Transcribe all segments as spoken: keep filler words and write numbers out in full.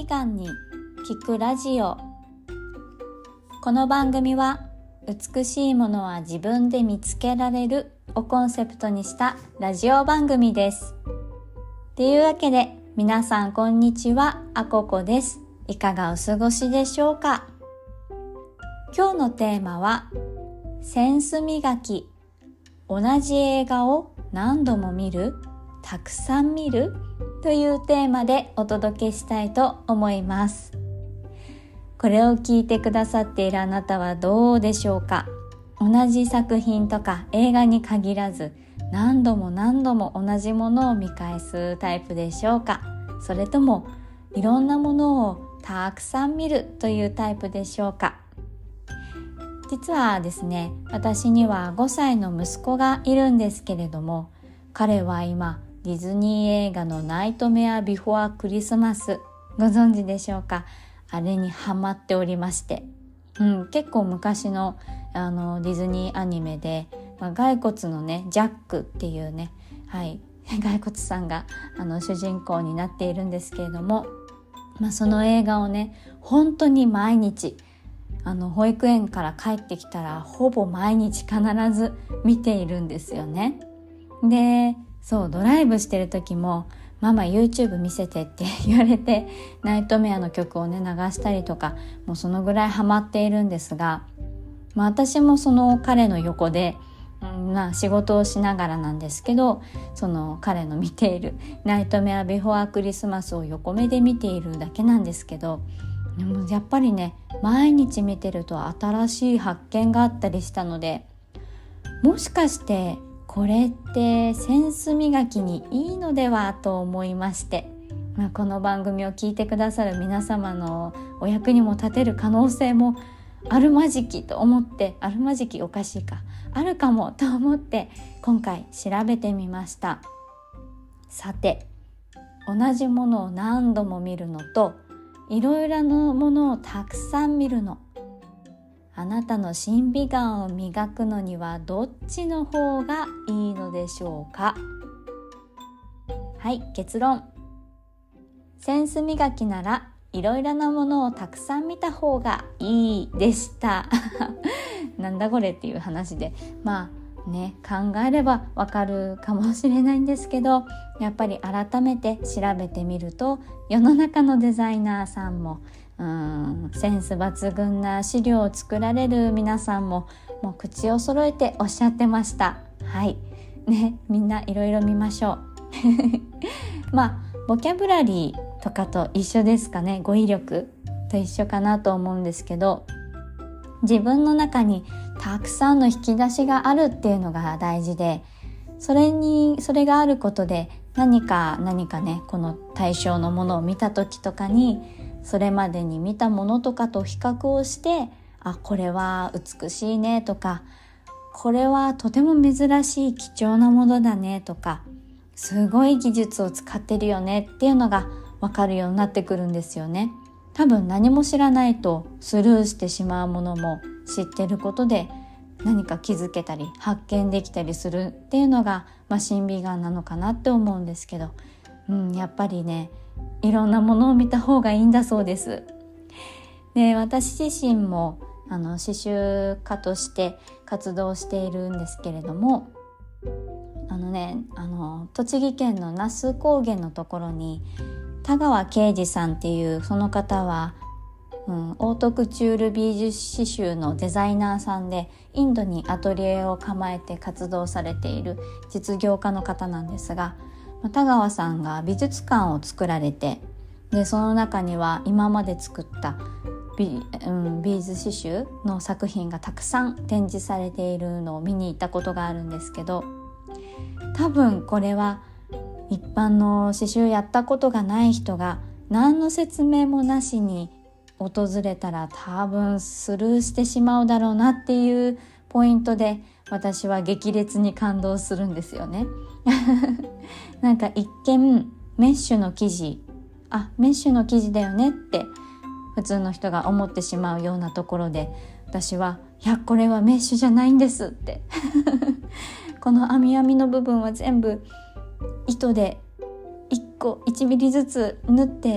美眼に聞くラジオ。この番組は美しいものは自分で見つけられるをコンセプトにしたラジオ番組です。というわけで皆さんこんにちは、あここです。いかがお過ごしでしょうか。今日のテーマはセンス磨き。同じ映画を何度も見る、たくさん見るというテーマでお届けしたいと思います。これを聞いてくださっているあなたはどうでしょうか。同じ作品とか映画に限らず何度も何度も同じものを見返すタイプでしょうか。それともいろんなものをたくさん見るというタイプでしょうか。実はですね、私にはごさいの息子がいるんですけれども、彼は今ディズニー映画のナイトメアビフォアクリスマス、ご存知でしょうか。あれにハマっておりまして、うん、結構昔のあのディズニーアニメで、まあ、骸骨のねジャックっていうね、はい、骸骨さんがあの主人公になっているんですけれども、まあ、その映画をね本当に毎日あの保育園から帰ってきたらほぼ毎日必ず見ているんですよね。で、そうドライブしてる時もママ YouTube 見せてって言われてナイトメアの曲をね流したりとか、もうそのぐらいハマっているんですが、まあ、私もその彼の横で、うん、まあ仕事をしながらなんですけど、その彼の見ているナイトメアビフォアクリスマスを横目で見ているだけなんですけど、でもやっぱりね毎日見てると新しい発見があったりしたので、もしかしてこれってセンス磨きにいいのではと思いまして、まあ、この番組を聞いてくださる皆様のお役にも立てる可能性もあるまじきと思って、あるまじきおかしいか、あるかもと思って今回調べてみました。さて、同じものを何度も見るのといろいろなものをたくさん見るの、あなたの審美眼を磨くのにはどっちの方がいいのでしょうか。はい、結論。センス磨きならいろいろなものをたくさん見た方がいいでしたなんだこれっていう話で、まあね、考えればわかるかもしれないんですけど、やっぱり改めて調べてみると、世の中のデザイナーさんもうーんセンス抜群な資料を作られる皆さんももう口を揃えておっしゃってました。はいね、みんないろいろ見ましょうまあボキャブラリーとかと一緒ですかね。語彙力と一緒かなと思うんですけど、自分の中にたくさんの引き出しがあるっていうのが大事で、それにそれがあることで何か何かね、この対象のものを見た時とかにそれまでに見たものとかと比較をして、あ、これは美しいねとか、これはとても珍しい貴重なものだねとか、すごい技術を使ってるよねっていうのが分かるようになってくるんですよね。多分何も知らないとスルーしてしまうものも知ってることで何か気づけたり発見できたりするっていうのが、まあ、審美眼なのかなって思うんですけど、うん、やっぱりねいろんなものを見た方がいいんだそうです。で、私自身もあの刺繍家として活動しているんですけれども、あのねあの栃木県の那須高原のところに田川啓二さんっていう、その方は、うん、オートクチュール美術刺繍のデザイナーさんで、インドにアトリエを構えて活動されている実業家の方なんですが、田川さんが美術館を作られて、でその中には今まで作ったビ、うん、ビーズ刺繍の作品がたくさん展示されているのを見に行ったことがあるんですけど、多分これは一般の刺繍やったことがない人が何の説明もなしに訪れたら多分スルーしてしまうだろうなっていうポイントで、私は激烈に感動するんですよねなんか一見メッシュの生地、あ、メッシュの生地だよねって普通の人が思ってしまうようなところで、私はいやこれはメッシュじゃないんですってこの編み編みの部分は全部糸でいっこいちミリずつ縫って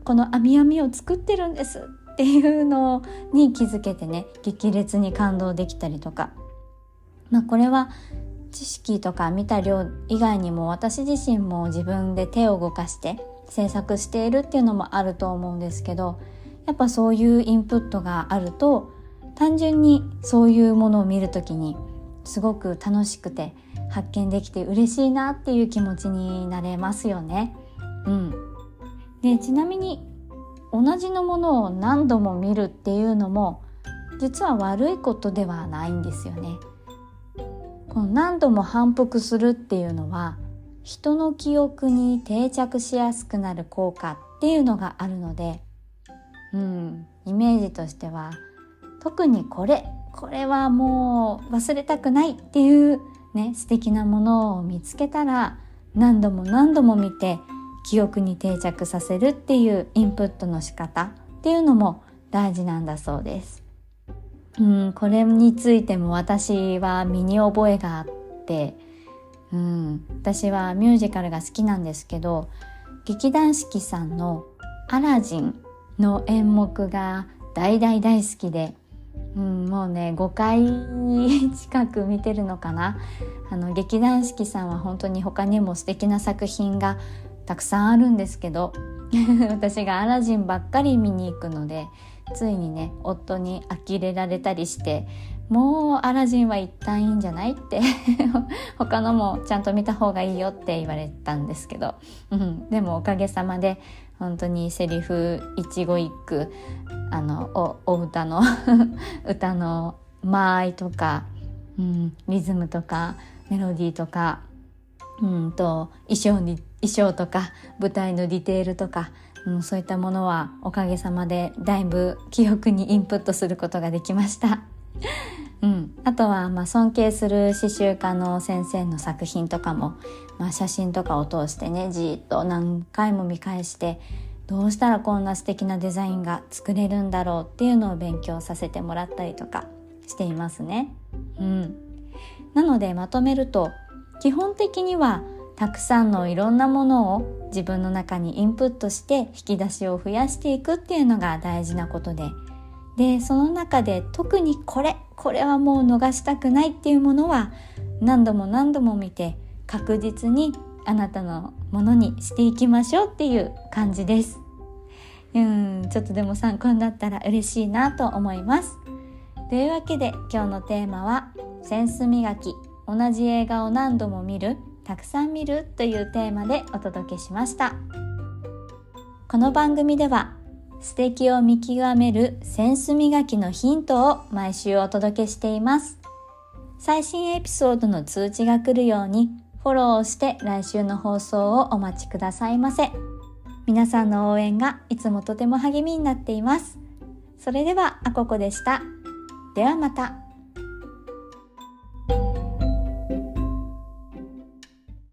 この編み編みを作ってるんですっていうのに気づけてね、激烈に感動できたりとか、まあこれは知識とか見た量以外にも私自身も自分で手を動かして制作しているっていうのもあると思うんですけど、やっぱそういうインプットがあると単純にそういうものを見るときにすごく楽しくて発見できて嬉しいなっていう気持ちになれますよね。うん。で、ちなみに同じのものを何度も見るっていうのも実は悪いことではないんですよね。この何度も反復するっていうのは人の記憶に定着しやすくなる効果っていうのがあるので、うん、イメージとしては特にこれこれはもう忘れたくないっていうね、素敵なものを見つけたら何度も何度も見て記憶に定着させるっていうインプットの仕方っていうのも大事なんだそうです。うん、これについても私は身に覚えがあって、うん、私はミュージカルが好きなんですけど、劇団四季さんのアラジンの演目が大大大好きで、うん、もうねごかい近く見てるのかな。あの劇団四季さんは本当に他にも素敵な作品がたくさんあるんですけど私がアラジンばっかり見に行くので、ついにね夫に呆れられたりして、もうアラジンは一旦いいんじゃないって他のもちゃんと見た方がいいよって言われたんですけど、うん、でもおかげさまで本当にセリフ一語一句、あの お, お歌の歌の間合いとか、うん、リズムとかメロディーとか、うんと衣装に衣装とか舞台のディテールとか、うん、そういったものはおかげさまでだいぶ記憶にインプットすることができましたうん、あとはまあ尊敬する刺繍家の先生の作品とかも、まあ、写真とかを通してねじーっと何回も見返して、どうしたらこんな素敵なデザインが作れるんだろうっていうのを勉強させてもらったりとかしていますね。うん、なのでまとめると、基本的にはたくさんのいろんなものを自分の中にインプットして引き出しを増やしていくっていうのが大事なことで、でその中で特にこれこれはもう逃したくないっていうものは何度も何度も見て確実にあなたのものにしていきましょうっていう感じです。うんちょっとでも参考になったら嬉しいなと思います。というわけで今日のテーマはセンス磨き、同じ映画を何度も見る、たくさん見るというテーマでお届けしました。この番組では素敵を見極めるセンス磨きのヒントを毎週お届けしています。最新エピソードの通知が来るようにフォローをして来週の放送をお待ちくださいませ。皆さんの応援がいつもとても励みになっています。それではあここでした。ではまた。